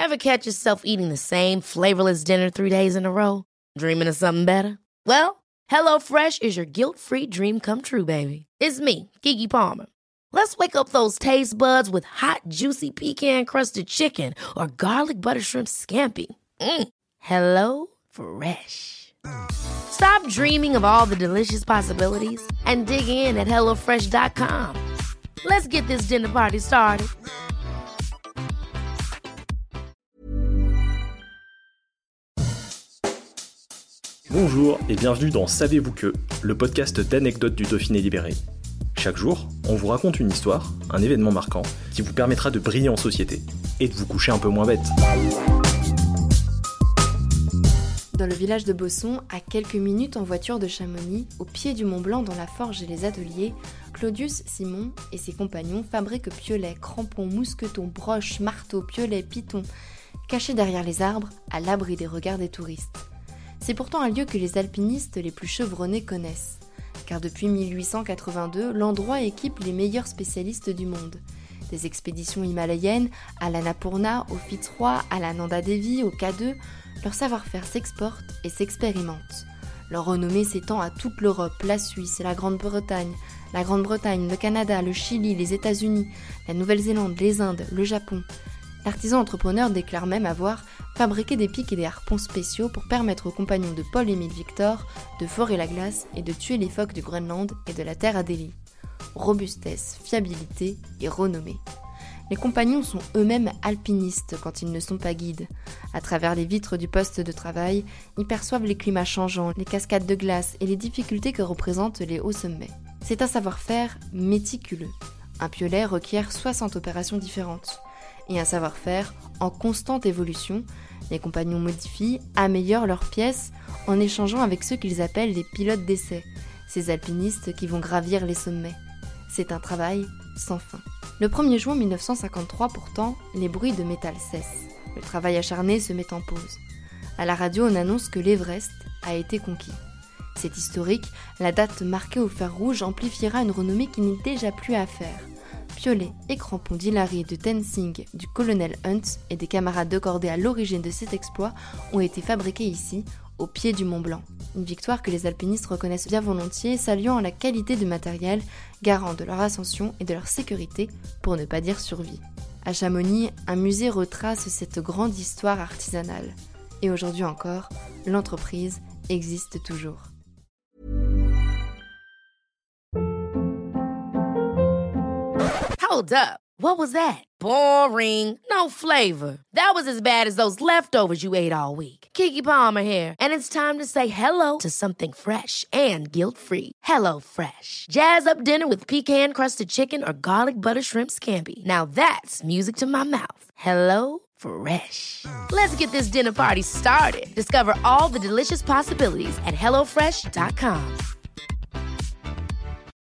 Ever catch yourself eating the same flavorless dinner 3 days in a row? Dreaming of something better? Well, HelloFresh is your guilt-free dream come true, baby. It's me, Keke Palmer. Let's wake up those taste buds with hot, juicy pecan-crusted chicken or garlic butter shrimp scampi. Hello Fresh. Stop dreaming of all the delicious possibilities and dig in at HelloFresh.com. Let's get this dinner party started. Bonjour et bienvenue dans Savez-vous que, le podcast d'anecdotes du Dauphiné libéré. Chaque jour, on vous raconte une histoire, un événement marquant, qui vous permettra de briller en société et de vous coucher un peu moins bête. Dans le village de Bosson, à quelques minutes en voiture de Chamonix, au pied du Mont Blanc dans la forge et les ateliers, Claudius Simon et ses compagnons fabriquent piolets, crampons, mousquetons, broches, marteaux, piolets, pitons, cachés derrière les arbres, à l'abri des regards des touristes. C'est pourtant un lieu que les alpinistes les plus chevronnés connaissent, car depuis 1882, l'endroit équipe les meilleurs spécialistes du monde. Des expéditions himalayennes, à l'Annapurna, au Fitzroy, à la Nanda Devi, au K2, leur savoir-faire s'exporte et s'expérimente. Leur renommée s'étend à toute l'Europe, la Suisse et la Grande-Bretagne, le Canada, le Chili, les États-Unis, la Nouvelle-Zélande, les Indes, le Japon. L'artisan entrepreneur déclare même avoir fabriqué des pics et des harpons spéciaux pour permettre aux compagnons de Paul-Émile Victor de forer la glace et de tuer les phoques du Groenland et de la Terre Adélie. Robustesse, fiabilité et renommée. Les compagnons sont eux-mêmes alpinistes quand ils ne sont pas guides. À travers les vitres du poste de travail, ils perçoivent les climats changeants, les cascades de glace et les difficultés que représentent les hauts sommets. C'est un savoir-faire méticuleux. Un piolet requiert 60 opérations différentes. Et un savoir-faire en constante évolution. Les compagnons modifient, améliorent leurs pièces en échangeant avec ceux qu'ils appellent les pilotes d'essai, ces alpinistes qui vont gravir les sommets. C'est un travail sans fin. Le 1er juin 1953 pourtant, les bruits de métal cessent. Le travail acharné se met en pause. À la radio, on annonce que l'Everest a été conquis. C'est historique, la date marquée au fer rouge amplifiera une renommée qui n'est déjà plus à faire. Piolets et crampons d'Hilary, de Tenzing, du colonel Hunt et des camarades de cordée à l'origine de cet exploit ont été fabriqués ici, au pied du Mont Blanc. Une victoire que les alpinistes reconnaissent bien volontiers, saluant la qualité du matériel, garant de leur ascension et de leur sécurité, pour ne pas dire survie. À Chamonix, un musée retrace cette grande histoire artisanale. Et aujourd'hui encore, l'entreprise existe toujours. Hold up. What was that? Boring. No flavor. That was as bad as those leftovers you ate all week. Keke Palmer here, and it's time to say hello to something fresh and guilt-free. Hello Fresh. Jazz up dinner with pecan-crusted chicken or garlic butter shrimp scampi. Now that's music to my mouth. Hello Fresh. Let's get this dinner party started. Discover all the delicious possibilities at HelloFresh.com.